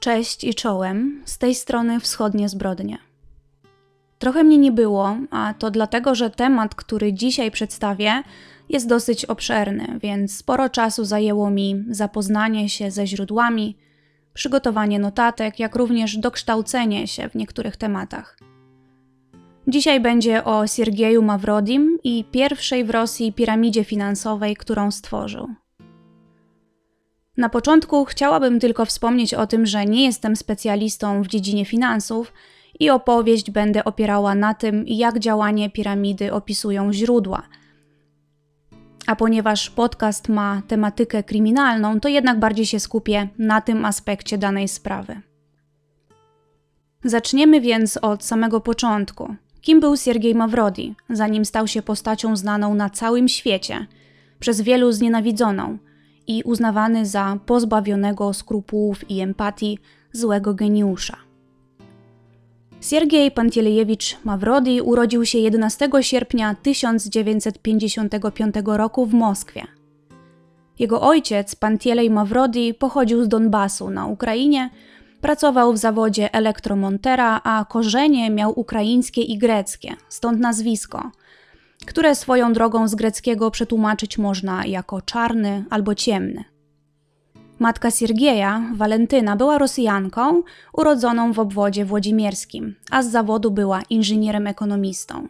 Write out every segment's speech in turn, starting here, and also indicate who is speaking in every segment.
Speaker 1: Cześć i czołem, z tej strony Wschodnie Zbrodnie. Trochę mnie nie było, a to dlatego, że temat, który dzisiaj przedstawię, jest dosyć obszerny, więc sporo czasu zajęło mi zapoznanie się ze źródłami, przygotowanie notatek, jak również dokształcenie się w niektórych tematach. Dzisiaj będzie o Siergieju Mawrodim i pierwszej w Rosji piramidzie finansowej, którą stworzył. Na początku chciałabym tylko wspomnieć o tym, że nie jestem specjalistą w dziedzinie finansów i opowieść będę opierała na tym, jak działanie piramidy opisują źródła. A ponieważ podcast ma tematykę kryminalną, to jednak bardziej się skupię na tym aspekcie danej sprawy. Zaczniemy więc od samego początku. Kim był Siergiej Mawrodi, zanim stał się postacią znaną na całym świecie, przez wielu znienawidzoną i uznawany za pozbawionego skrupułów i empatii złego geniusza. Siergiej Pantelejewicz Mawrodi urodził się 11 sierpnia 1955 roku w Moskwie. Jego ojciec, Pantelej Mawrodi, pochodził z Donbasu na Ukrainie, pracował w zawodzie elektromontera, a korzenie miał ukraińskie i greckie, stąd nazwisko, które swoją drogą z greckiego przetłumaczyć można jako czarny albo ciemny. Matka Siergieja, Walentyna, była Rosjanką urodzoną w obwodzie włodzimierskim, a z zawodu była inżynierem-ekonomistą.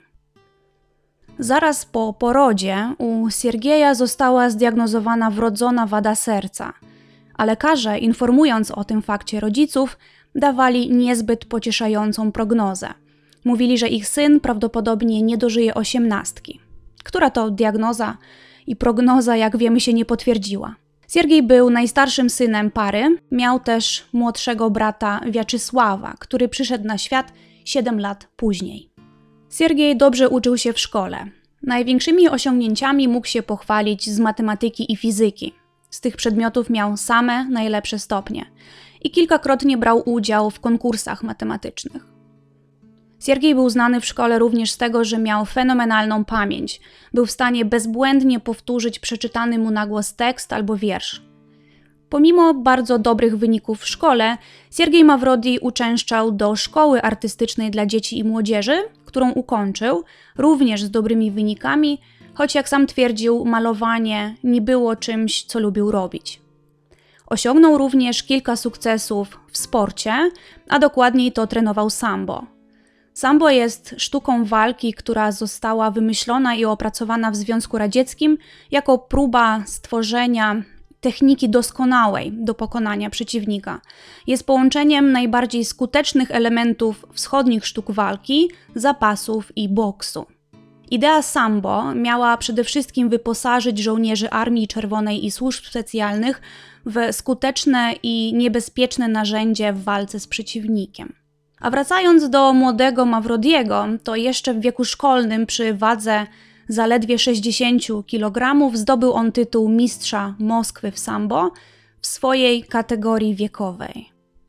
Speaker 1: Zaraz po porodzie u Siergieja została zdiagnozowana wrodzona wada serca, a lekarze, informując o tym fakcie rodziców, dawali niezbyt pocieszającą prognozę. Mówili, że ich syn prawdopodobnie nie dożyje 18, która to diagnoza i prognoza, jak wiemy, się nie potwierdziła. Siergiej był najstarszym synem pary, miał też młodszego brata Wiaczysława, który przyszedł na świat 7 lat później. Siergiej dobrze uczył się w szkole. Największymi osiągnięciami mógł się pochwalić z matematyki i fizyki. Z tych przedmiotów miał same najlepsze stopnie i kilkakrotnie brał udział w konkursach matematycznych. Siergiej był znany w szkole również z tego, że miał fenomenalną pamięć. Był w stanie bezbłędnie powtórzyć przeczytany mu na głos tekst albo wiersz. Pomimo bardzo dobrych wyników w szkole, Siergiej Mawrodi uczęszczał do szkoły artystycznej dla dzieci i młodzieży, którą ukończył, również z dobrymi wynikami, choć jak sam twierdził, malowanie nie było czymś, co lubił robić. Osiągnął również kilka sukcesów w sporcie, a dokładniej to trenował sambo. Sambo jest sztuką walki, która została wymyślona i opracowana w Związku Radzieckim jako próba stworzenia techniki doskonałej do pokonania przeciwnika. Jest połączeniem najbardziej skutecznych elementów wschodnich sztuk walki, zapasów i boksu. Idea sambo miała przede wszystkim wyposażyć żołnierzy Armii Czerwonej i służb specjalnych w skuteczne i niebezpieczne narzędzie w walce z przeciwnikiem. A wracając do młodego Mawrodiego, to jeszcze w wieku szkolnym przy wadze zaledwie 60 kg zdobył on tytuł mistrza Moskwy w sambo w swojej kategorii wiekowej.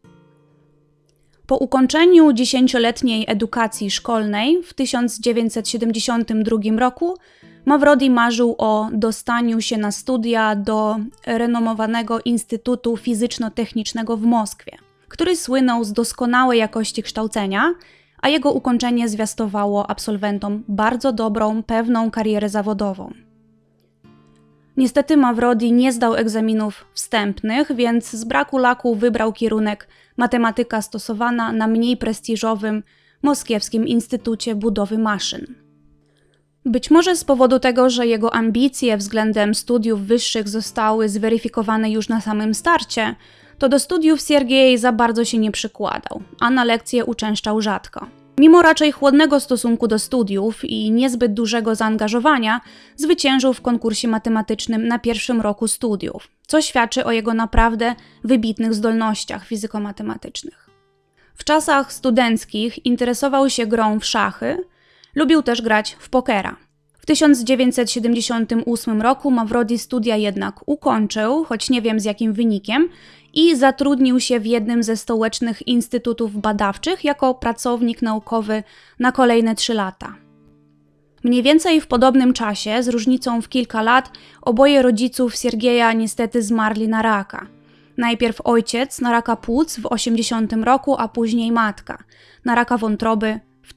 Speaker 1: Po ukończeniu 10-letniej edukacji szkolnej w 1972 roku Mawrodi marzył o dostaniu się na studia do renomowanego Instytutu Fizyczno-Technicznego w Moskwie, który słynął z doskonałej jakości kształcenia, a jego ukończenie zwiastowało absolwentom bardzo dobrą, pewną karierę zawodową. Niestety Mawrodi nie zdał egzaminów wstępnych, więc z braku laku wybrał kierunek matematyka stosowana na mniej prestiżowym Moskiewskim Instytucie Budowy Maszyn. Być może z powodu tego, że jego ambicje względem studiów wyższych zostały zweryfikowane już na samym starcie, to do studiów Siergiej za bardzo się nie przykładał, a na lekcje uczęszczał rzadko. Mimo raczej chłodnego stosunku do studiów i niezbyt dużego zaangażowania, zwyciężył w konkursie matematycznym na pierwszym roku studiów, co świadczy o jego naprawdę wybitnych zdolnościach fizyko-matematycznych. W czasach studenckich interesował się grą w szachy, lubił też grać w pokera. W 1978 roku Mawrodi studia jednak ukończył, choć nie wiem z jakim wynikiem, i zatrudnił się w jednym ze stołecznych instytutów badawczych jako pracownik naukowy na kolejne 3 lata. Mniej więcej w podobnym czasie, z różnicą w kilka lat, oboje rodziców Siergieja niestety zmarli na raka. Najpierw ojciec na raka płuc w 80 roku, a później matka na raka wątroby w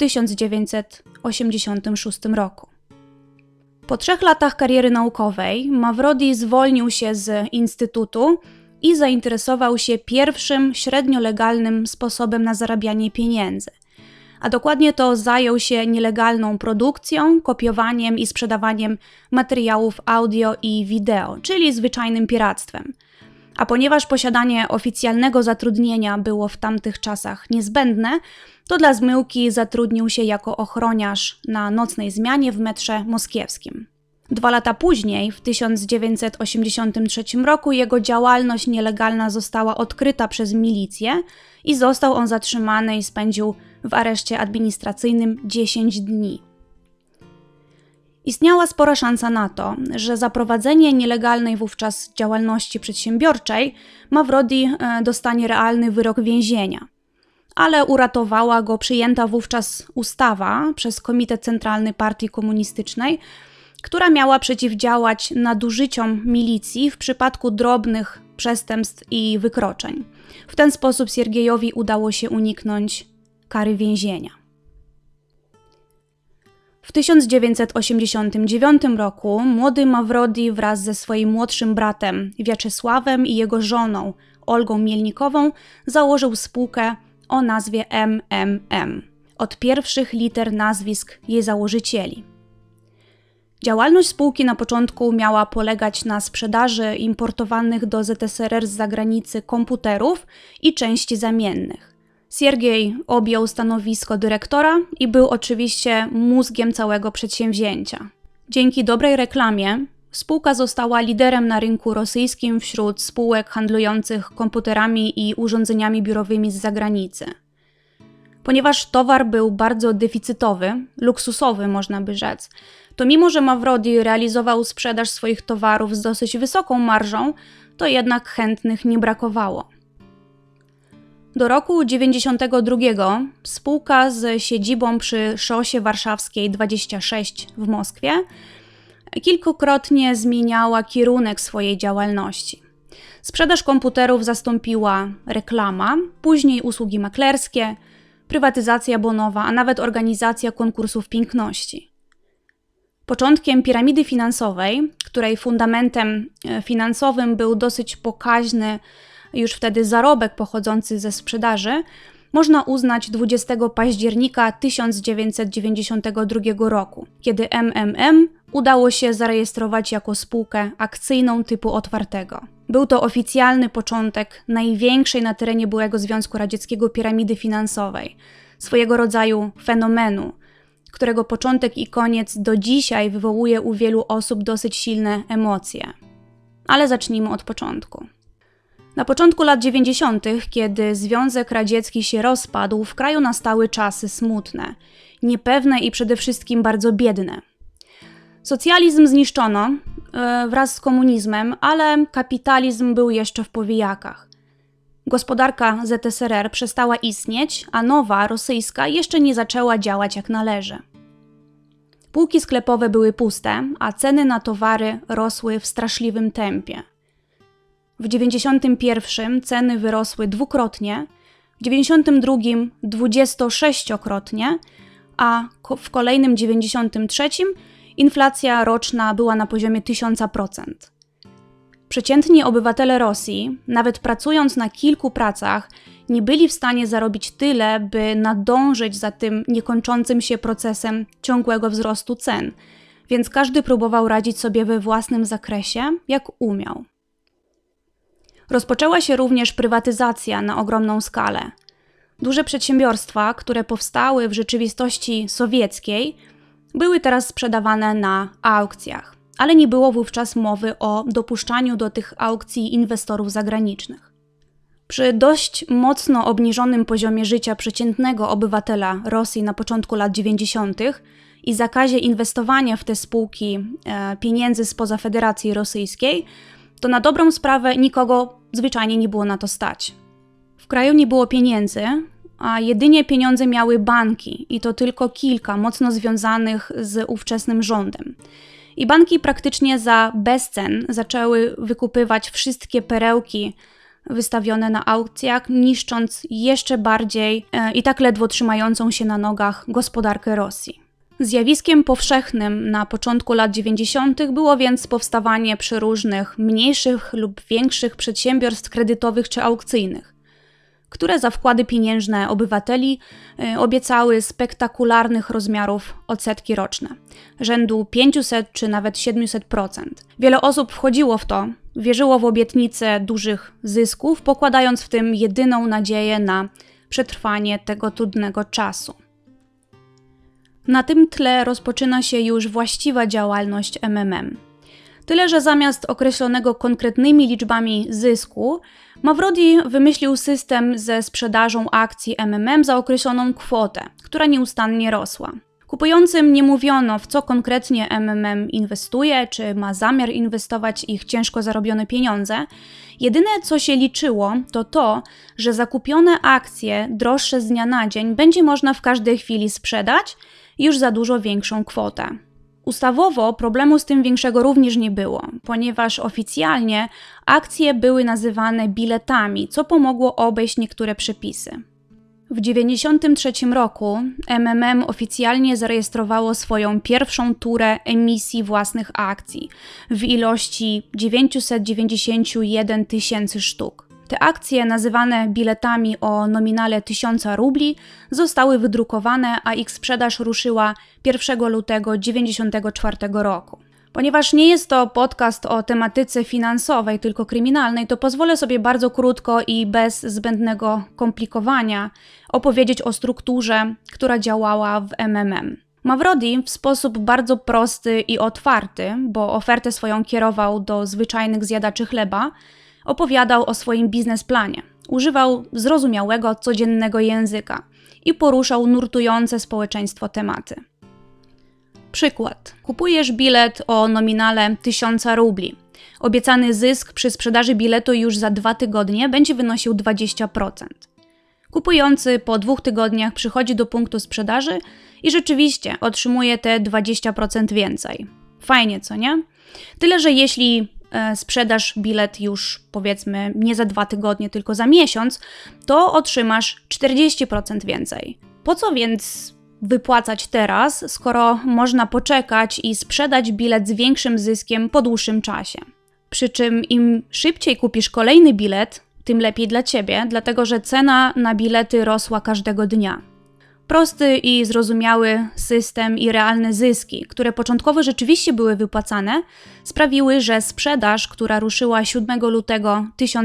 Speaker 1: 1986 roku. Po 3 latach kariery naukowej Mavrodi zwolnił się z instytutu i zainteresował się pierwszym średnio legalnym sposobem na zarabianie pieniędzy. A dokładnie to zajął się nielegalną produkcją, kopiowaniem i sprzedawaniem materiałów audio i wideo, czyli zwyczajnym piractwem. A ponieważ posiadanie oficjalnego zatrudnienia było w tamtych czasach niezbędne, to dla zmyłki zatrudnił się jako ochroniarz na nocnej zmianie w metrze moskiewskim. 2 lata później, w 1983 roku, jego działalność nielegalna została odkryta przez milicję i został on zatrzymany i spędził w areszcie administracyjnym 10 dni. Istniała spora szansa na to, że za prowadzenie nielegalnej wówczas działalności przedsiębiorczej Mavrodi dostanie realny wyrok więzienia. Ale uratowała go przyjęta wówczas ustawa przez Komitet Centralny Partii Komunistycznej, która miała przeciwdziałać nadużyciom milicji w przypadku drobnych przestępstw i wykroczeń. W ten sposób Siergiejowi udało się uniknąć kary więzienia. W 1989 roku młody Mavrodi wraz ze swoim młodszym bratem Wiaczesławem i jego żoną Olgą Mielnikową założył spółkę o nazwie MMM, od pierwszych liter nazwisk jej założycieli. Działalność spółki na początku miała polegać na sprzedaży importowanych do ZSRR z zagranicy komputerów i części zamiennych. Siergiej objął stanowisko dyrektora i był oczywiście mózgiem całego przedsięwzięcia. Dzięki dobrej reklamie spółka została liderem na rynku rosyjskim wśród spółek handlujących komputerami i urządzeniami biurowymi z zagranicy. Ponieważ towar był bardzo deficytowy, luksusowy można by rzec, to mimo że Mavrodi realizował sprzedaż swoich towarów z dosyć wysoką marżą, to jednak chętnych nie brakowało. Do roku 1992 spółka z siedzibą przy Szosie Warszawskiej 26 w Moskwie kilkukrotnie zmieniała kierunek swojej działalności. Sprzedaż komputerów zastąpiła reklama, później usługi maklerskie, prywatyzacja bonowa, a nawet organizacja konkursów piękności. Początkiem piramidy finansowej, której fundamentem finansowym był dosyć pokaźny już wtedy zarobek pochodzący ze sprzedaży, można uznać 20 października 1992 roku, kiedy MMM udało się zarejestrować jako spółkę akcyjną typu otwartego. Był to oficjalny początek największej na terenie byłego Związku Radzieckiego piramidy finansowej, swojego rodzaju fenomenu, którego początek i koniec do dzisiaj wywołuje u wielu osób dosyć silne emocje. Ale zacznijmy od początku. Na początku lat 90., kiedy Związek Radziecki się rozpadł, w kraju nastały czasy smutne, niepewne i przede wszystkim bardzo biedne. Socjalizm zniszczono wraz z komunizmem, ale kapitalizm był jeszcze w powijakach. Gospodarka ZSRR przestała istnieć, a nowa, rosyjska, jeszcze nie zaczęła działać jak należy. Półki sklepowe były puste, a ceny na towary rosły w straszliwym tempie. W 91 ceny wyrosły dwukrotnie, w 92 26-krotnie, a w kolejnym 93 inflacja roczna była na poziomie 1000%. Przeciętni obywatele Rosji, nawet pracując na kilku pracach, nie byli w stanie zarobić tyle, by nadążyć za tym niekończącym się procesem ciągłego wzrostu cen, więc każdy próbował radzić sobie we własnym zakresie, jak umiał. Rozpoczęła się również prywatyzacja na ogromną skalę. Duże przedsiębiorstwa, które powstały w rzeczywistości sowieckiej, były teraz sprzedawane na aukcjach, ale nie było wówczas mowy o dopuszczaniu do tych aukcji inwestorów zagranicznych. Przy dość mocno obniżonym poziomie życia przeciętnego obywatela Rosji na początku lat 90. i zakazie inwestowania w te spółki pieniędzy spoza Federacji Rosyjskiej, to na dobrą sprawę nikogo zwyczajnie nie było na to stać. W kraju nie było pieniędzy, a jedynie pieniądze miały banki i to tylko kilka mocno związanych z ówczesnym rządem. I banki praktycznie za bezcen zaczęły wykupywać wszystkie perełki wystawione na aukcjach, niszcząc jeszcze bardziej i tak ledwo trzymającą się na nogach gospodarkę Rosji. Zjawiskiem powszechnym na początku lat 90. było więc powstawanie przeróżnych mniejszych lub większych przedsiębiorstw kredytowych czy aukcyjnych, które za wkłady pieniężne obywateli obiecały spektakularnych rozmiarów odsetki roczne, rzędu 500 czy nawet 700%. Wiele osób wchodziło w to, wierzyło w obietnice dużych zysków, pokładając w tym jedyną nadzieję na przetrwanie tego trudnego czasu. Na tym tle rozpoczyna się już właściwa działalność MMM. Tyle, że zamiast określonego konkretnymi liczbami zysku, Mawrodi wymyślił system ze sprzedażą akcji MMM za określoną kwotę, która nieustannie rosła. Kupującym nie mówiono, w co konkretnie MMM inwestuje, czy ma zamiar inwestować ich ciężko zarobione pieniądze. Jedyne, co się liczyło, to to, że zakupione akcje droższe z dnia na dzień będzie można w każdej chwili sprzedać już za dużo większą kwotę. Ustawowo problemu z tym większego również nie było, ponieważ oficjalnie akcje były nazywane biletami, co pomogło obejść niektóre przepisy. W 1993 roku MMM oficjalnie zarejestrowało swoją pierwszą turę emisji własnych akcji w ilości 991 tysięcy sztuk. Te akcje, nazywane biletami o nominale 1000 rubli, zostały wydrukowane, a ich sprzedaż ruszyła 1 lutego 1994 roku. Ponieważ nie jest to podcast o tematyce finansowej, tylko kryminalnej, to pozwolę sobie bardzo krótko i bez zbędnego komplikowania opowiedzieć o strukturze, która działała w MMM. Mawrodi w sposób bardzo prosty i otwarty, bo ofertę swoją kierował do zwyczajnych zjadaczy chleba, opowiadał o swoim biznesplanie. Używał zrozumiałego, codziennego języka i poruszał nurtujące społeczeństwo tematy. Przykład. Kupujesz bilet o nominale 1000 rubli. Obiecany zysk przy sprzedaży biletu już za 2 tygodnie będzie wynosił 20%. Kupujący po 2 tygodniach przychodzi do punktu sprzedaży i rzeczywiście otrzymuje te 20% więcej. Fajnie, co nie? Tyle, że jeśli sprzedasz bilet już powiedzmy nie za 2 tygodnie, tylko za miesiąc, to otrzymasz 40% więcej. Po co więc wypłacać teraz, skoro można poczekać i sprzedać bilet z większym zyskiem po dłuższym czasie? Przy czym im szybciej kupisz kolejny bilet, tym lepiej dla Ciebie, dlatego że cena na bilety rosła każdego dnia. Prosty i zrozumiały system i realne zyski, które początkowo rzeczywiście były wypłacane, sprawiły, że sprzedaż, która ruszyła 7 lutego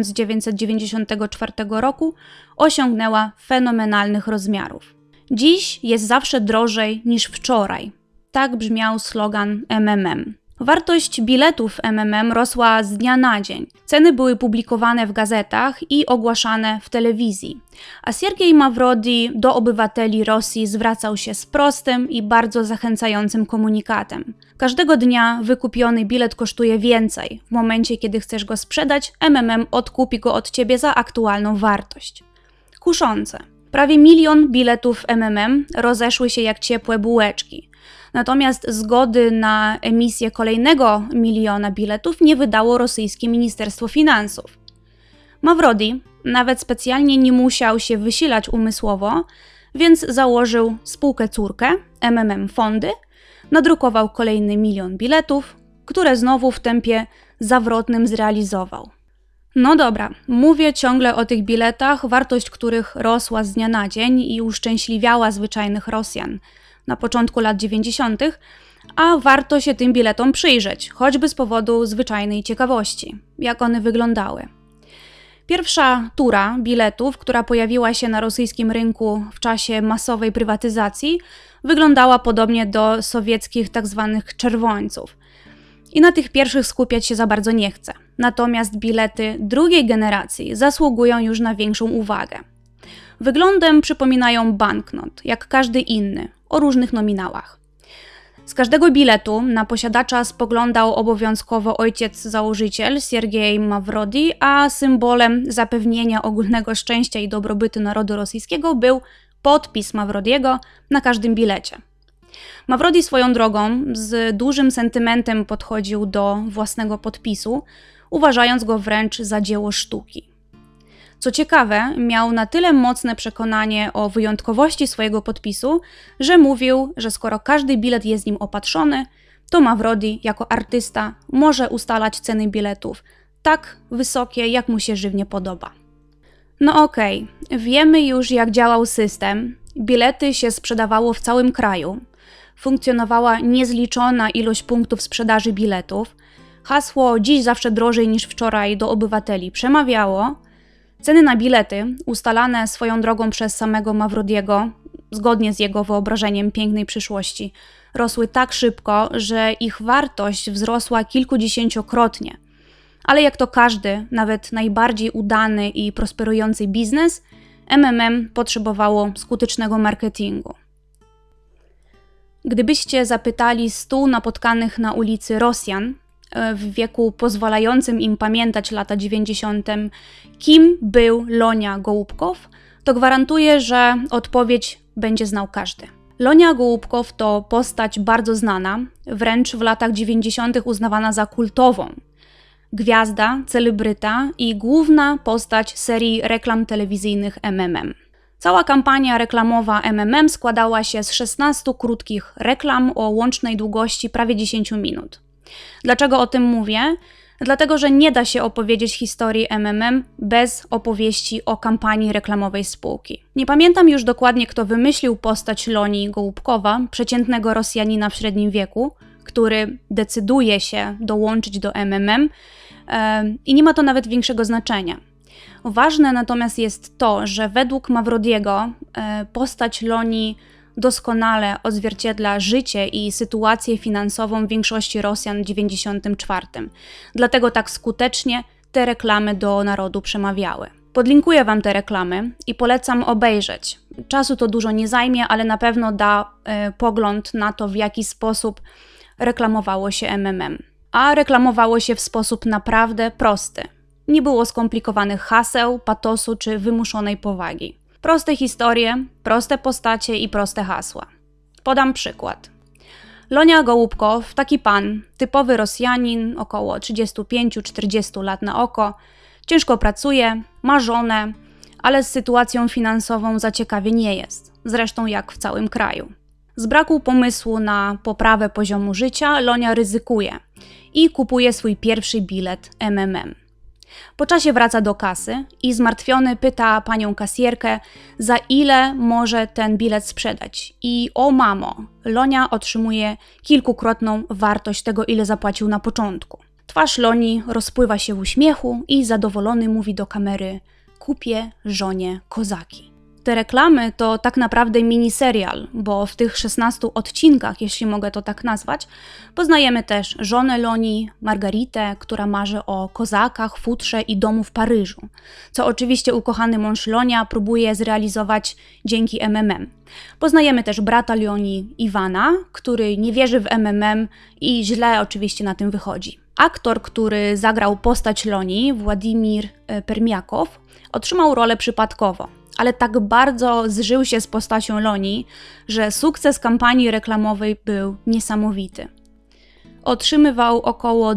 Speaker 1: 1994 roku, osiągnęła fenomenalnych rozmiarów. Dziś jest zawsze drożej niż wczoraj. Tak brzmiał slogan MMM. Wartość biletów MMM rosła z dnia na dzień. Ceny były publikowane w gazetach i ogłaszane w telewizji. A Siergiej Mawrodi do obywateli Rosji zwracał się z prostym i bardzo zachęcającym komunikatem. Każdego dnia wykupiony bilet kosztuje więcej. W momencie, kiedy chcesz go sprzedać, MMM odkupi go od Ciebie za aktualną wartość. Kuszące. Prawie 1 milion biletów MMM rozeszły się jak ciepłe bułeczki. Natomiast zgody na emisję kolejnego 1 miliona biletów nie wydało rosyjskie Ministerstwo Finansów. Mawrodi nawet specjalnie nie musiał się wysilać umysłowo, więc założył spółkę córkę, MMM Fondy, nadrukował kolejny 1 milion biletów, które znowu w tempie zawrotnym zrealizował. No dobra, mówię ciągle o tych biletach, wartość których rosła z dnia na dzień i uszczęśliwiała zwyczajnych Rosjan na początku lat 90., a warto się tym biletom przyjrzeć, choćby z powodu zwyczajnej ciekawości, jak one wyglądały. Pierwsza tura biletów, która pojawiła się na rosyjskim rynku w czasie masowej prywatyzacji, wyglądała podobnie do sowieckich tzw. czerwońców. I na tych pierwszych skupiać się za bardzo nie chcę. Natomiast bilety drugiej generacji zasługują już na większą uwagę. Wyglądem przypominają banknot, jak każdy inny, o różnych nominałach. Z każdego biletu na posiadacza spoglądał obowiązkowo ojciec-założyciel Siergiej Mawrodi, a symbolem zapewnienia ogólnego szczęścia i dobrobytu narodu rosyjskiego był podpis Mawrodiego na każdym bilecie. Mawrodi swoją drogą z dużym sentymentem podchodził do własnego podpisu, uważając go wręcz za dzieło sztuki. Co ciekawe, miał na tyle mocne przekonanie o wyjątkowości swojego podpisu, że mówił, że skoro każdy bilet jest nim opatrzony, to Mawrodi jako artysta może ustalać ceny biletów tak wysokie, jak mu się żywnie podoba. No okej, wiemy już jak działał system, bilety się sprzedawało w całym kraju, funkcjonowała niezliczona ilość punktów sprzedaży biletów, hasło dziś zawsze drożej niż wczoraj do obywateli przemawiało, ceny na bilety, ustalane swoją drogą przez samego Mawrodiego, zgodnie z jego wyobrażeniem pięknej przyszłości, rosły tak szybko, że ich wartość wzrosła kilkudziesięciokrotnie. Ale jak to każdy, nawet najbardziej udany i prosperujący biznes, MMM potrzebowało skutecznego marketingu. Gdybyście zapytali 100 napotkanych na ulicy Rosjan w wieku pozwalającym im pamiętać lata 90., kim był Lonia Gołubkow, to gwarantuję, że odpowiedź będzie znał każdy. Lonia Gołubkow to postać bardzo znana, wręcz w latach 90. uznawana za kultową. Gwiazda, celebryta i główna postać serii reklam telewizyjnych MMM. Cała kampania reklamowa MMM składała się z 16 krótkich reklam o łącznej długości prawie 10 minut. Dlaczego o tym mówię? Dlatego, że nie da się opowiedzieć historii MMM bez opowieści o kampanii reklamowej spółki. Nie pamiętam już dokładnie, kto wymyślił postać Lonii Gołubkowa, przeciętnego Rosjanina w średnim wieku, który decyduje się dołączyć do MMM i nie ma to nawet większego znaczenia. Ważne natomiast jest to, że według Mawrodiego postać Lonii doskonale odzwierciedla życie i sytuację finansową większości Rosjan w 1994. Dlatego tak skutecznie te reklamy do narodu przemawiały. Podlinkuję Wam te reklamy i polecam obejrzeć. Czasu to dużo nie zajmie, ale na pewno da pogląd na to, w jaki sposób reklamowało się MMM. A reklamowało się w sposób naprawdę prosty. Nie było skomplikowanych haseł, patosu czy wymuszonej powagi. Proste historie, proste postacie i proste hasła. Podam przykład. Lonia Gołubkow, taki pan, typowy Rosjanin, około 35-40 lat na oko, ciężko pracuje, ma żonę, ale z sytuacją finansową za ciekawie nie jest, zresztą jak w całym kraju. Z braku pomysłu na poprawę poziomu życia Lonia ryzykuje i kupuje swój pierwszy bilet MMM. Po czasie wraca do kasy i zmartwiony pyta panią kasjerkę, za ile może ten bilet sprzedać. I o mamo, Lonia otrzymuje kilkukrotną wartość tego, ile zapłacił na początku. Twarz Loni rozpływa się w uśmiechu i zadowolony mówi do kamery: kupię żonie kozaki. Te reklamy to tak naprawdę miniserial, bo w tych 16 odcinkach, jeśli mogę to tak nazwać, poznajemy też żonę Loni, Margaritę, która marzy o kozakach, futrze i domu w Paryżu, co oczywiście ukochany mąż Lonia próbuje zrealizować dzięki MMM. Poznajemy też brata Loni, Iwana, który nie wierzy w MMM i źle oczywiście na tym wychodzi. Aktor, który zagrał postać Loni, Władimir Permiakow, otrzymał rolę przypadkowo, ale tak bardzo zżył się z postacią Loni, że sukces kampanii reklamowej był niesamowity. Otrzymywał około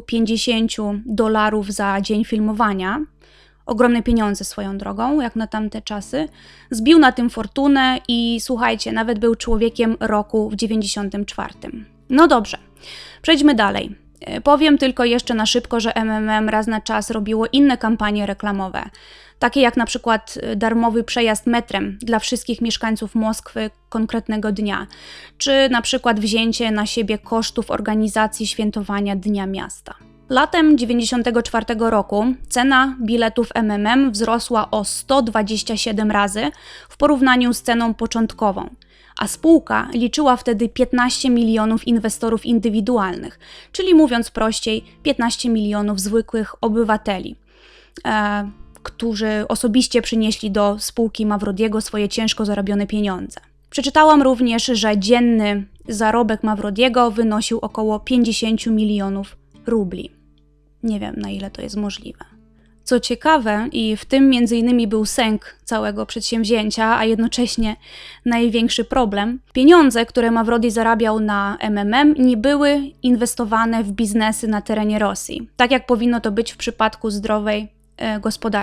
Speaker 1: $250 za dzień filmowania, ogromne pieniądze swoją drogą, jak na tamte czasy. Zbił na tym fortunę i słuchajcie, nawet był człowiekiem roku w 94. No dobrze, przejdźmy dalej. Powiem tylko jeszcze na szybko, że MMM raz na czas robiło inne kampanie reklamowe, takie jak na przykład darmowy przejazd metrem dla wszystkich mieszkańców Moskwy konkretnego dnia, czy na przykład wzięcie na siebie kosztów organizacji świętowania Dnia Miasta. Latem 1994 roku cena biletów MMM wzrosła o 127 razy w porównaniu z ceną początkową, a spółka liczyła wtedy 15 milionów inwestorów indywidualnych, czyli mówiąc prościej 15 milionów zwykłych obywateli, którzy osobiście przynieśli do spółki Mawrodiego swoje ciężko zarobione pieniądze. Przeczytałam również, że dzienny zarobek Mawrodiego wynosił około 50 milionów rubli. Nie wiem, na ile to jest możliwe. Co ciekawe, i w tym m.in. był sęk całego przedsięwzięcia, a jednocześnie największy problem, pieniądze, które Mawrodi zarabiał na MMM, nie były inwestowane w biznesy na terenie Rosji, tak jak powinno to być w przypadku zdrowej gospodarki.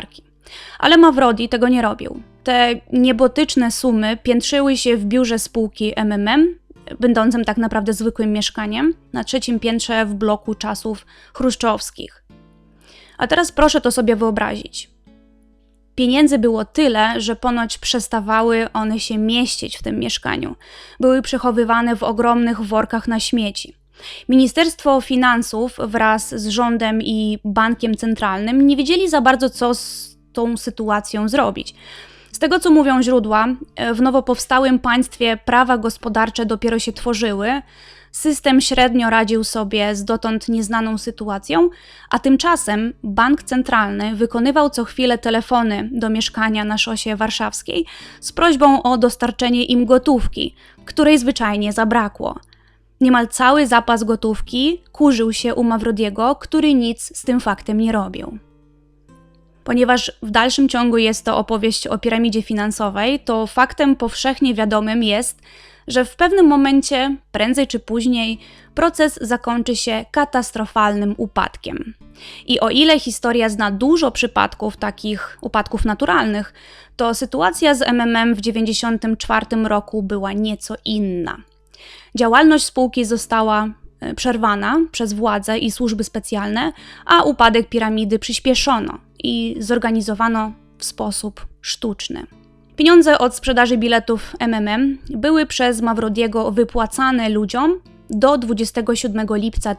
Speaker 1: Ale Mawrodi tego nie robił. Te niebotyczne sumy piętrzyły się w biurze spółki MMM, będącym tak naprawdę zwykłym mieszkaniem, na 3. piętrze w bloku czasów chruszczowskich. A teraz proszę to sobie wyobrazić. Pieniędzy było tyle, że ponoć przestawały one się mieścić w tym mieszkaniu. Były przechowywane w ogromnych workach na śmieci. Ministerstwo Finansów wraz z rządem i bankiem centralnym nie wiedzieli za bardzo, co z tą sytuacją zrobić. Z tego, co mówią źródła, w nowo powstałym państwie prawa gospodarcze dopiero się tworzyły, system średnio radził sobie z dotąd nieznaną sytuacją, a tymczasem bank centralny wykonywał co chwilę telefony do mieszkania na Szosie Warszawskiej z prośbą o dostarczenie im gotówki, której zwyczajnie zabrakło. Niemal cały zapas gotówki kurzył się u Mawrodiego, który nic z tym faktem nie robił. Ponieważ w dalszym ciągu jest to opowieść o piramidzie finansowej, to faktem powszechnie wiadomym jest, że w pewnym momencie, prędzej czy później, proces zakończy się katastrofalnym upadkiem. I o ile historia zna dużo przypadków takich upadków naturalnych, to sytuacja z MMM w 1994 roku była nieco inna. Działalność spółki została przerwana przez władze i służby specjalne, a upadek piramidy przyspieszono i zorganizowano w sposób sztuczny. Pieniądze od sprzedaży biletów MMM były przez Mawrodiego wypłacane ludziom do 27 lipca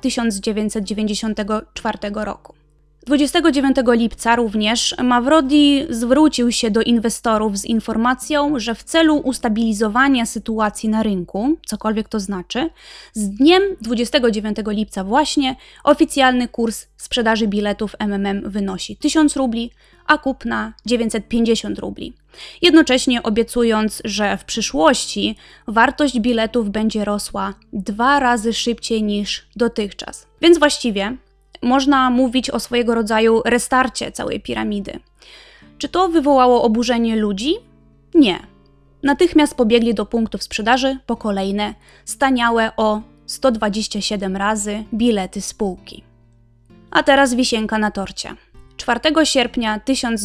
Speaker 1: 1994 roku. 29 lipca również Mawrodi zwrócił się do inwestorów z informacją, że w celu ustabilizowania sytuacji na rynku, cokolwiek to znaczy, z dniem 29 lipca właśnie oficjalny kurs sprzedaży biletów MMM wynosi 1000 rubli, a kupna 950 rubli. Jednocześnie obiecując, że w przyszłości wartość biletów będzie rosła 2 razy szybciej niż dotychczas. Więc właściwie można mówić o swojego rodzaju restarcie całej piramidy. Czy to wywołało oburzenie ludzi? Nie. Natychmiast pobiegli do punktów sprzedaży po kolejne, staniałe o 127 razy bilety spółki. A teraz wisienka na torcie. 4 sierpnia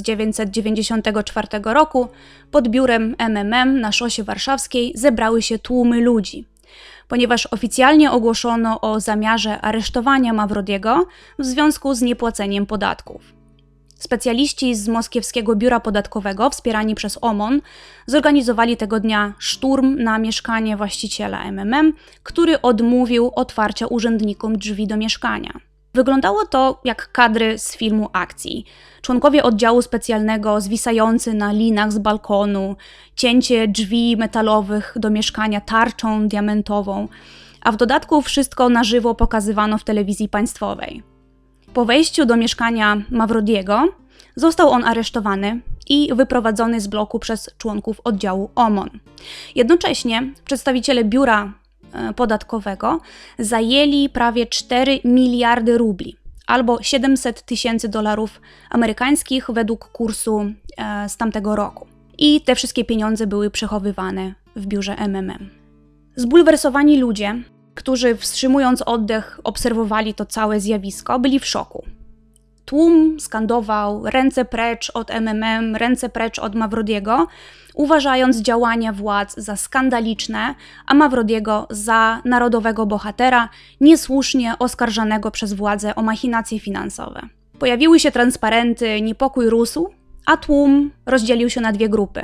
Speaker 1: 1994 roku pod biurem MMM na Szosie Warszawskiej zebrały się tłumy ludzi, ponieważ oficjalnie ogłoszono o zamiarze aresztowania Mawrodiego w związku z niepłaceniem podatków. Specjaliści z moskiewskiego biura podatkowego, wspierani przez OMON, zorganizowali tego dnia szturm na mieszkanie właściciela MMM, który odmówił otwarcia urzędnikom drzwi do mieszkania. Wyglądało to jak kadry z filmu akcji. Członkowie oddziału specjalnego zwisający na linach z balkonu, cięcie drzwi metalowych do mieszkania tarczą diamentową, a w dodatku wszystko na żywo pokazywano w telewizji państwowej. Po wejściu do mieszkania Mawrodiego został on aresztowany i wyprowadzony z bloku przez członków oddziału OMON. Jednocześnie przedstawiciele biura podatkowego zajęli prawie 4 miliardy rubli, albo $700 000 amerykańskich według kursu z tamtego roku. I te wszystkie pieniądze były przechowywane w biurze MMM. Zbulwersowani ludzie, którzy wstrzymując oddech obserwowali to całe zjawisko, byli w szoku. Tłum skandował ręce precz od MMM, ręce precz od Mawrodiego, uważając działania władz za skandaliczne, a Mawrodiego za narodowego bohatera, niesłusznie oskarżanego przez władze o machinacje finansowe. Pojawiły się transparenty, niepokój rósł, a tłum rozdzielił się na 2 grupy.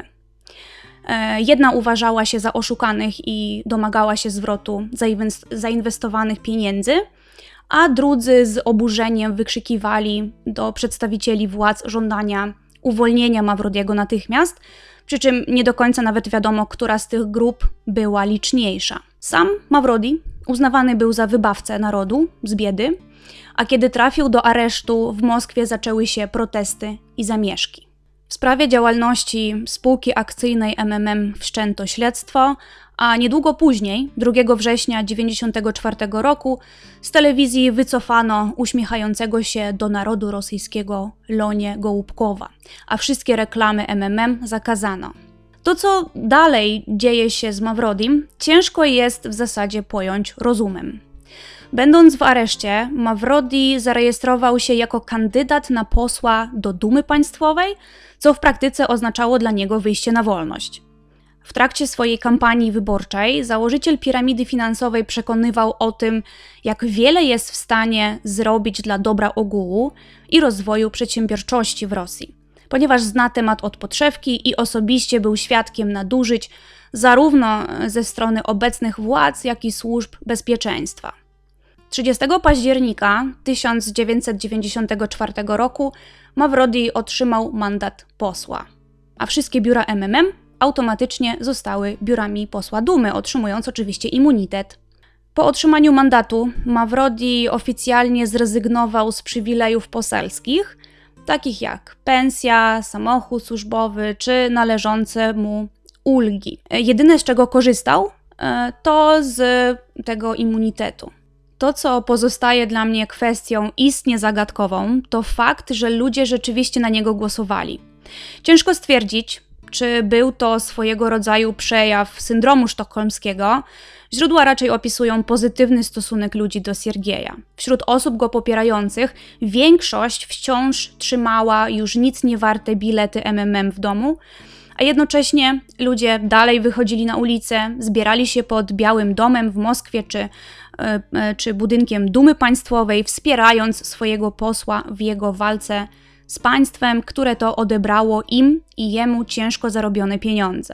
Speaker 1: Jedna uważała się za oszukanych i domagała się zwrotu zainwestowanych pieniędzy, a drudzy z oburzeniem wykrzykiwali do przedstawicieli władz żądania uwolnienia Mawrodiego natychmiast, przy czym nie do końca nawet wiadomo, która z tych grup była liczniejsza. Sam Mawrodi uznawany był za wybawcę narodu z biedy, a kiedy trafił do aresztu, w Moskwie zaczęły się protesty i zamieszki. W sprawie działalności spółki akcyjnej MMM wszczęto śledztwo, a niedługo później, 2 września 1994 roku, z telewizji wycofano uśmiechającego się do narodu rosyjskiego Lonię Gołubkowa, a wszystkie reklamy MMM zakazano. To, co dalej dzieje się z Mawrodim, ciężko jest w zasadzie pojąć rozumem. Będąc w areszcie, Mawrodi zarejestrował się jako kandydat na posła do Dumy Państwowej, co w praktyce oznaczało dla niego wyjście na wolność. W trakcie swojej kampanii wyborczej założyciel piramidy finansowej przekonywał o tym, jak wiele jest w stanie zrobić dla dobra ogółu i rozwoju przedsiębiorczości w Rosji, ponieważ zna temat od podszewki i osobiście był świadkiem nadużyć zarówno ze strony obecnych władz, jak i służb bezpieczeństwa. 30 października 1994 roku Mawrodi otrzymał mandat posła, a wszystkie biura MMM automatycznie zostały biurami posła Dumy, otrzymując oczywiście immunitet. Po otrzymaniu mandatu Mawrodi oficjalnie zrezygnował z przywilejów poselskich, takich jak pensja, samochód służbowy czy należące mu ulgi. Jedyne, z czego korzystał, to z tego immunitetu. To, co pozostaje dla mnie kwestią istnie zagadkową, to fakt, że ludzie rzeczywiście na niego głosowali. Ciężko stwierdzić, czy był to swojego rodzaju przejaw syndromu sztokholmskiego. Źródła raczej opisują pozytywny stosunek ludzi do Siergieja. Wśród osób go popierających większość wciąż trzymała już nic nie warte bilety MMM w domu, a jednocześnie ludzie dalej wychodzili na ulicę, zbierali się pod Białym Domem w Moskwie czy budynkiem Dumy Państwowej, wspierając swojego posła w jego walce z państwem, które to odebrało im i jemu ciężko zarobione pieniądze.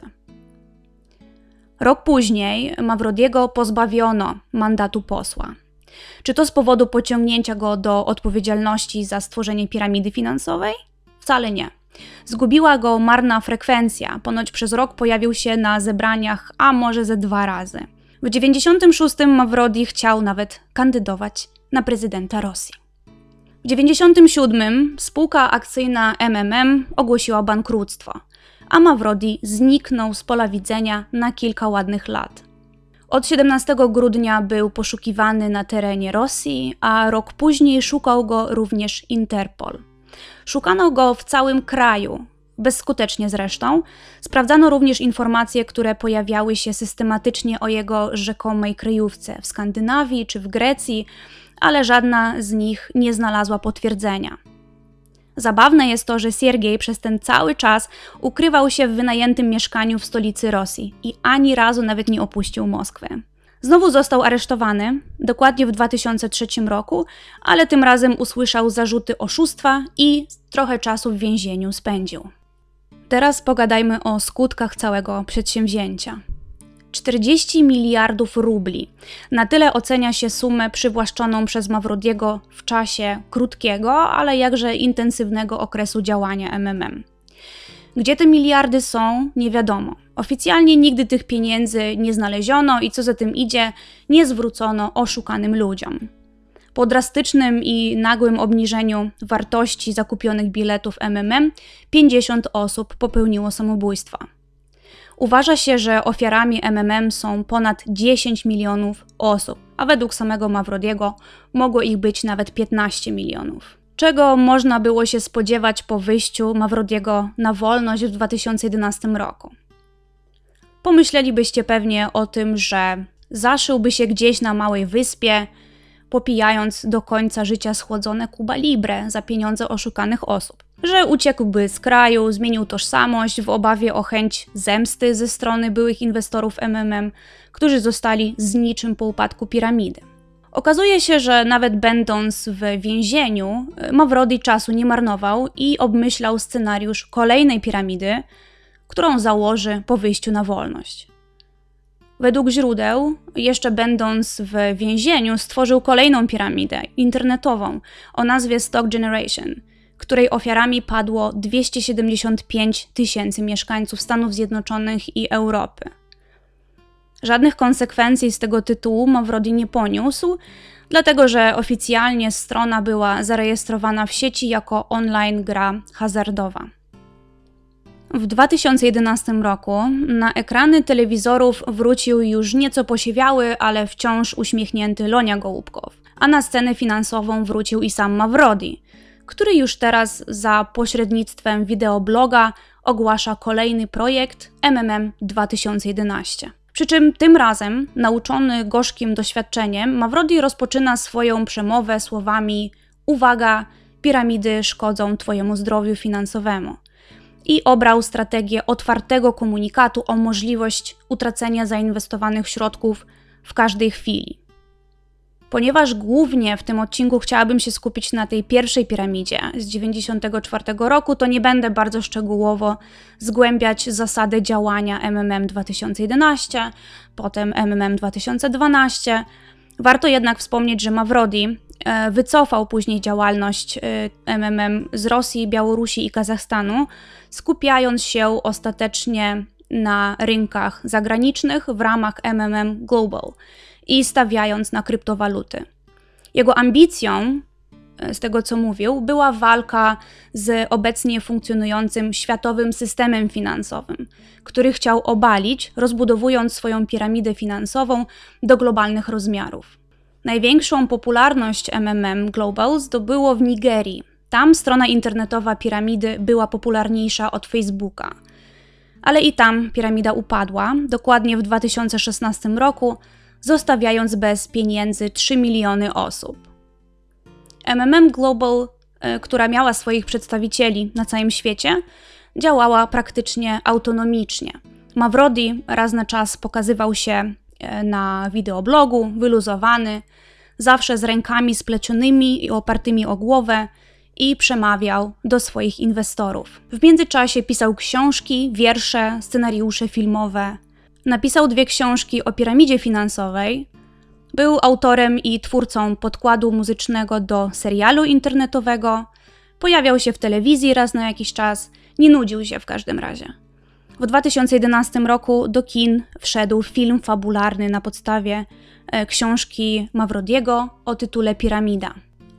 Speaker 1: Rok później Mawrodiego pozbawiono mandatu posła. Czy to z powodu pociągnięcia go do odpowiedzialności za stworzenie piramidy finansowej? Wcale nie. Zgubiła go marna frekwencja, ponoć przez rok pojawił się na zebraniach, a może ze 2 razy. W 1996 Mawrodi chciał nawet kandydować na prezydenta Rosji. W 1997 spółka akcyjna MMM ogłosiła bankructwo, a Mawrodi zniknął z pola widzenia na kilka ładnych lat. Od 17 grudnia był poszukiwany na terenie Rosji, a rok później szukał go również Interpol. Szukano go w całym kraju, bezskutecznie zresztą. Sprawdzano również informacje, które pojawiały się systematycznie o jego rzekomej kryjówce w Skandynawii czy w Grecji, ale żadna z nich nie znalazła potwierdzenia. Zabawne jest to, że Siergiej przez ten cały czas ukrywał się w wynajętym mieszkaniu w stolicy Rosji i ani razu nawet nie opuścił Moskwy. Znowu został aresztowany, dokładnie w 2003 roku, ale tym razem usłyszał zarzuty oszustwa i trochę czasu w więzieniu spędził. Teraz pogadajmy o skutkach całego przedsięwzięcia. 40 miliardów rubli. Na tyle ocenia się sumę przywłaszczoną przez Mawrodiego w czasie krótkiego, ale jakże intensywnego okresu działania MMM. Gdzie te miliardy są, nie wiadomo. Oficjalnie nigdy tych pieniędzy nie znaleziono i co za tym idzie, nie zwrócono oszukanym ludziom. Po drastycznym i nagłym obniżeniu wartości zakupionych biletów MMM 50 osób popełniło samobójstwa. Uważa się, że ofiarami MMM są ponad 10 milionów osób, a według samego Mawrodiego mogło ich być nawet 15 milionów. Czego można było się spodziewać po wyjściu Mawrodiego na wolność w 2011 roku? Pomyślelibyście pewnie o tym, że zaszyłby się gdzieś na małej wyspie, popijając do końca życia schłodzone Cuba Libre za pieniądze oszukanych osób. Że uciekłby z kraju, zmienił tożsamość w obawie o chęć zemsty ze strony byłych inwestorów MMM, którzy zostali z niczym po upadku piramidy. Okazuje się, że nawet będąc w więzieniu, Mawrodi czasu nie marnował i obmyślał scenariusz kolejnej piramidy, którą założy po wyjściu na wolność. Według źródeł, jeszcze będąc w więzieniu, stworzył kolejną piramidę internetową o nazwie Stock Generation, której ofiarami padło 275 000 mieszkańców Stanów Zjednoczonych i Europy. Żadnych konsekwencji z tego tytułu Mawrodi nie poniósł, dlatego że oficjalnie strona była zarejestrowana w sieci jako online gra hazardowa. W 2011 roku na ekrany telewizorów wrócił już nieco posiewiały, ale wciąż uśmiechnięty Lonia Gołubkow, a na scenę finansową wrócił i sam Mawrodi, który już teraz za pośrednictwem wideobloga ogłasza kolejny projekt MMM 2011. Przy czym tym razem, nauczony gorzkim doświadczeniem, Mawrodi rozpoczyna swoją przemowę słowami: uwaga, piramidy szkodzą Twojemu zdrowiu finansowemu. I obrał strategię otwartego komunikatu o możliwość utracenia zainwestowanych środków w każdej chwili. Ponieważ głównie w tym odcinku chciałabym się skupić na tej pierwszej piramidzie z 1994 roku, to nie będę bardzo szczegółowo zgłębiać zasady działania MMM 2011, potem MMM 2012. Warto jednak wspomnieć, że Mawrodi wycofał później działalność MMM z Rosji, Białorusi i Kazachstanu, skupiając się ostatecznie na rynkach zagranicznych w ramach MMM Global i stawiając na kryptowaluty. Jego ambicją, z tego co mówił, była walka z obecnie funkcjonującym światowym systemem finansowym, który chciał obalić, rozbudowując swoją piramidę finansową do globalnych rozmiarów. Największą popularność MMM Global zdobyło w Nigerii. Tam strona internetowa piramidy była popularniejsza od Facebooka. Ale i tam piramida upadła, dokładnie w 2016 roku, zostawiając bez pieniędzy 3 miliony osób. MMM Global, która miała swoich przedstawicieli na całym świecie, działała praktycznie autonomicznie. Mawrodi raz na czas pokazywał się na wideoblogu, wyluzowany, zawsze z rękami splecionymi i opartymi o głowę i przemawiał do swoich inwestorów. W międzyczasie pisał książki, wiersze, scenariusze filmowe. Napisał 2 książki o piramidzie finansowej. Był autorem i twórcą podkładu muzycznego do serialu internetowego. Pojawiał się w telewizji raz na jakiś czas. Nie nudził się w każdym razie. W 2011 roku do kin wszedł film fabularny na podstawie książki Mawrodiego o tytule Piramida.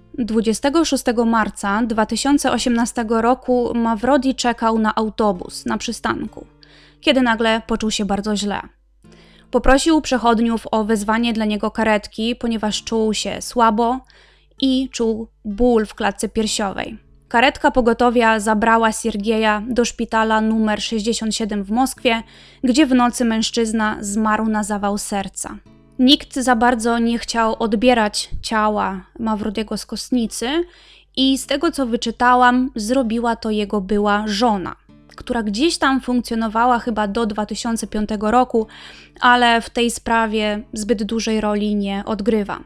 Speaker 1: 26 marca 2018 roku Mawrodi czekał na autobus na przystanku, kiedy nagle poczuł się bardzo źle. Poprosił przechodniów o wezwanie dla niego karetki, ponieważ czuł się słabo i czuł ból w klatce piersiowej. Karetka pogotowia zabrała Siergieja do szpitala numer 67 w Moskwie, gdzie w nocy mężczyzna zmarł na zawał serca. Nikt za bardzo nie chciał odbierać ciała Mawrodiego z kostnicy i z tego co wyczytałam, zrobiła to jego była żona, która gdzieś tam funkcjonowała chyba do 2005 roku, ale w tej sprawie zbyt dużej roli nie odgrywa.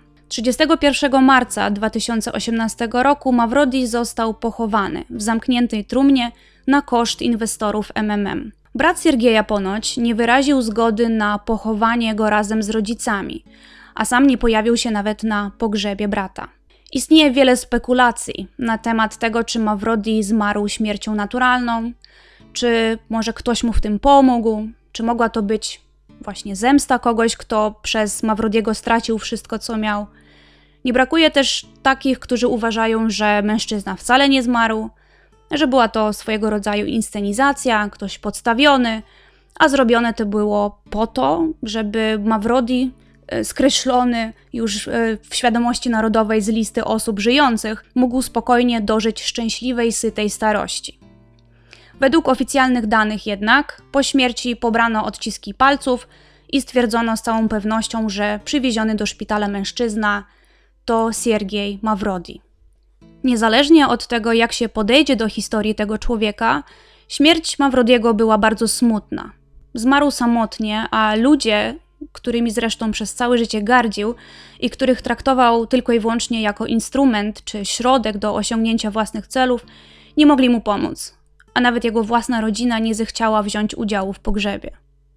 Speaker 1: 31 marca 2018 roku Mawrodi został pochowany w zamkniętej trumnie na koszt inwestorów MMM. Brat Siergieja ponoć nie wyraził zgody na pochowanie go razem z rodzicami, a sam nie pojawił się nawet na pogrzebie brata. Istnieje wiele spekulacji na temat tego, czy Mawrodi zmarł śmiercią naturalną, czy może ktoś mu w tym pomógł, czy mogła to być właśnie zemsta kogoś, kto przez Mawrodiego stracił wszystko, co miał. Nie brakuje też takich, którzy uważają, że mężczyzna wcale nie zmarł, że była to swojego rodzaju inscenizacja, ktoś podstawiony, a zrobione to było po to, żeby Mawrodi, skreślony już w świadomości narodowej z listy osób żyjących, mógł spokojnie dożyć szczęśliwej, sytej starości. Według oficjalnych danych jednak, po śmierci pobrano odciski palców i stwierdzono z całą pewnością, że przywieziony do szpitala mężczyzna to Siergiej Mawrodi. Niezależnie od tego, jak się podejdzie do historii tego człowieka, śmierć Mawrodiego była bardzo smutna. Zmarł samotnie, a ludzie, którymi zresztą przez całe życie gardził i których traktował tylko i wyłącznie jako instrument czy środek do osiągnięcia własnych celów, nie mogli mu pomóc, a nawet jego własna rodzina nie zechciała wziąć udziału w pogrzebie.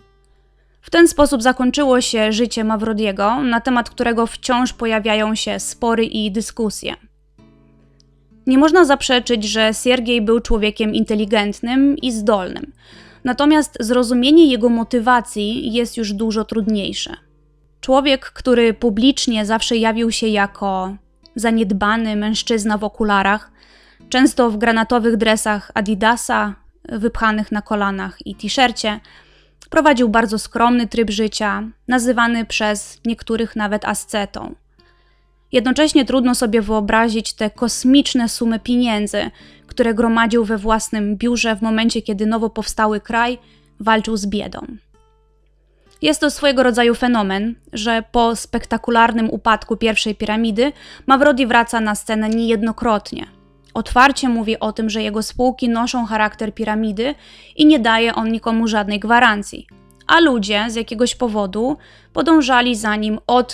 Speaker 1: W ten sposób zakończyło się życie Mawrodiego, na temat którego wciąż pojawiają się spory i dyskusje. Nie można zaprzeczyć, że Siergiej był człowiekiem inteligentnym i zdolnym, natomiast zrozumienie jego motywacji jest już dużo trudniejsze. Człowiek, który publicznie zawsze jawił się jako zaniedbany mężczyzna w okularach, często w granatowych dresach Adidasa, wypchanych na kolanach i t-shircie, prowadził bardzo skromny tryb życia, nazywany przez niektórych nawet ascetą. Jednocześnie trudno sobie wyobrazić te kosmiczne sumy pieniędzy, które gromadził we własnym biurze w momencie, kiedy nowo powstały kraj walczył z biedą. Jest to swojego rodzaju fenomen, że po spektakularnym upadku pierwszej piramidy Mavrodi wraca na scenę niejednokrotnie. Otwarcie mówi o tym, że jego spółki noszą charakter piramidy i nie daje on nikomu żadnej gwarancji. A ludzie z jakiegoś powodu podążali za nim od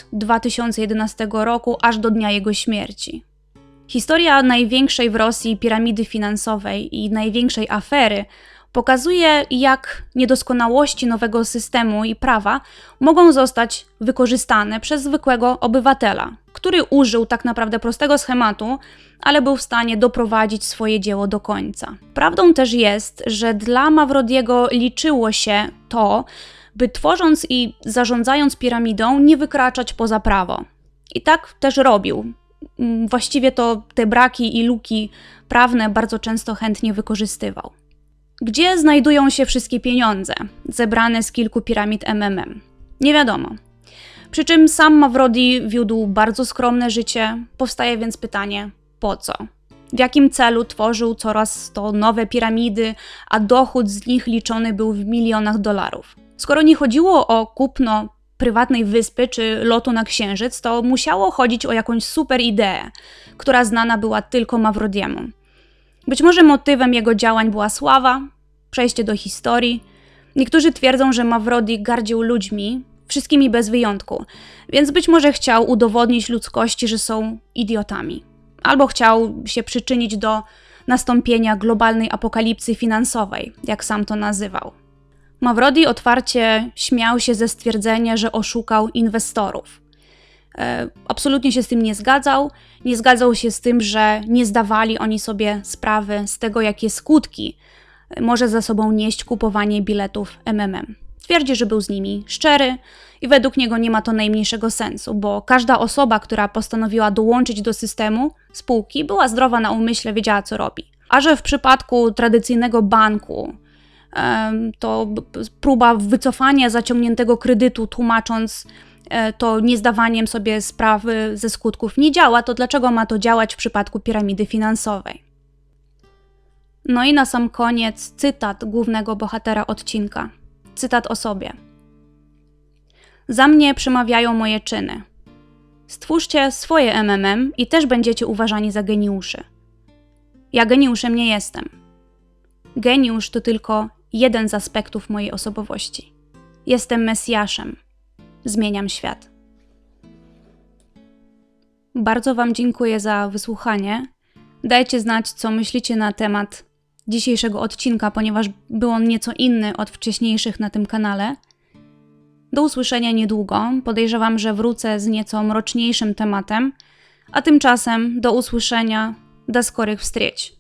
Speaker 1: 2011 roku aż do dnia jego śmierci. Historia największej w Rosji piramidy finansowej i największej afery pokazuje, jak niedoskonałości nowego systemu i prawa mogą zostać wykorzystane przez zwykłego obywatela, który użył tak naprawdę prostego schematu, ale był w stanie doprowadzić swoje dzieło do końca. Prawdą też jest, że dla Mavrodiego liczyło się to, by tworząc i zarządzając piramidą nie wykraczać poza prawo. I tak też robił. Właściwie to te braki i luki prawne bardzo często chętnie wykorzystywał. Gdzie znajdują się wszystkie pieniądze zebrane z kilku piramid MMM? Nie wiadomo. Przy czym sam Mavrodi wiódł bardzo skromne życie, powstaje więc pytanie, po co? W jakim celu tworzył coraz to nowe piramidy, a dochód z nich liczony był w milionach dolarów? Skoro nie chodziło o kupno prywatnej wyspy czy lotu na księżyc, to musiało chodzić o jakąś super ideę, która znana była tylko Mavrodiemu. Być może motywem jego działań była sława, przejście do historii. Niektórzy twierdzą, że Mavrodi gardził ludźmi, wszystkimi bez wyjątku, więc być może chciał udowodnić ludzkości, że są idiotami. Albo chciał się przyczynić do nastąpienia globalnej apokalipsy finansowej, jak sam to nazywał. Mavrodi otwarcie śmiał się ze stwierdzenia, że oszukał inwestorów. Absolutnie się z tym nie zgadzał. Nie zgadzał się z tym, że nie zdawali oni sobie sprawy z tego, jakie skutki może za sobą nieść kupowanie biletów MMM. Twierdzi, że był z nimi szczery i według niego nie ma to najmniejszego sensu, bo każda osoba, która postanowiła dołączyć do systemu spółki, była zdrowa na umyśle, wiedziała co robi. A że w przypadku tradycyjnego banku to próba wycofania zaciągniętego kredytu, tłumacząc to niezdawaniem sobie sprawy ze skutków, nie działa, to dlaczego ma to działać w przypadku piramidy finansowej? No i na sam koniec cytat głównego bohatera odcinka. Cytat o sobie. Za mnie przemawiają moje czyny. Stwórzcie swoje MMM i też będziecie uważani za geniuszy. Ja geniuszem nie jestem. Geniusz to tylko jeden z aspektów mojej osobowości. Jestem Mesjaszem. Zmieniam świat. Bardzo Wam dziękuję za wysłuchanie. Dajcie znać, co myślicie na temat dzisiejszego odcinka, ponieważ był on nieco inny od wcześniejszych na tym kanale. Do usłyszenia niedługo. Podejrzewam, że wrócę z nieco mroczniejszym tematem, a tymczasem do usłyszenia, do skorych wstреч.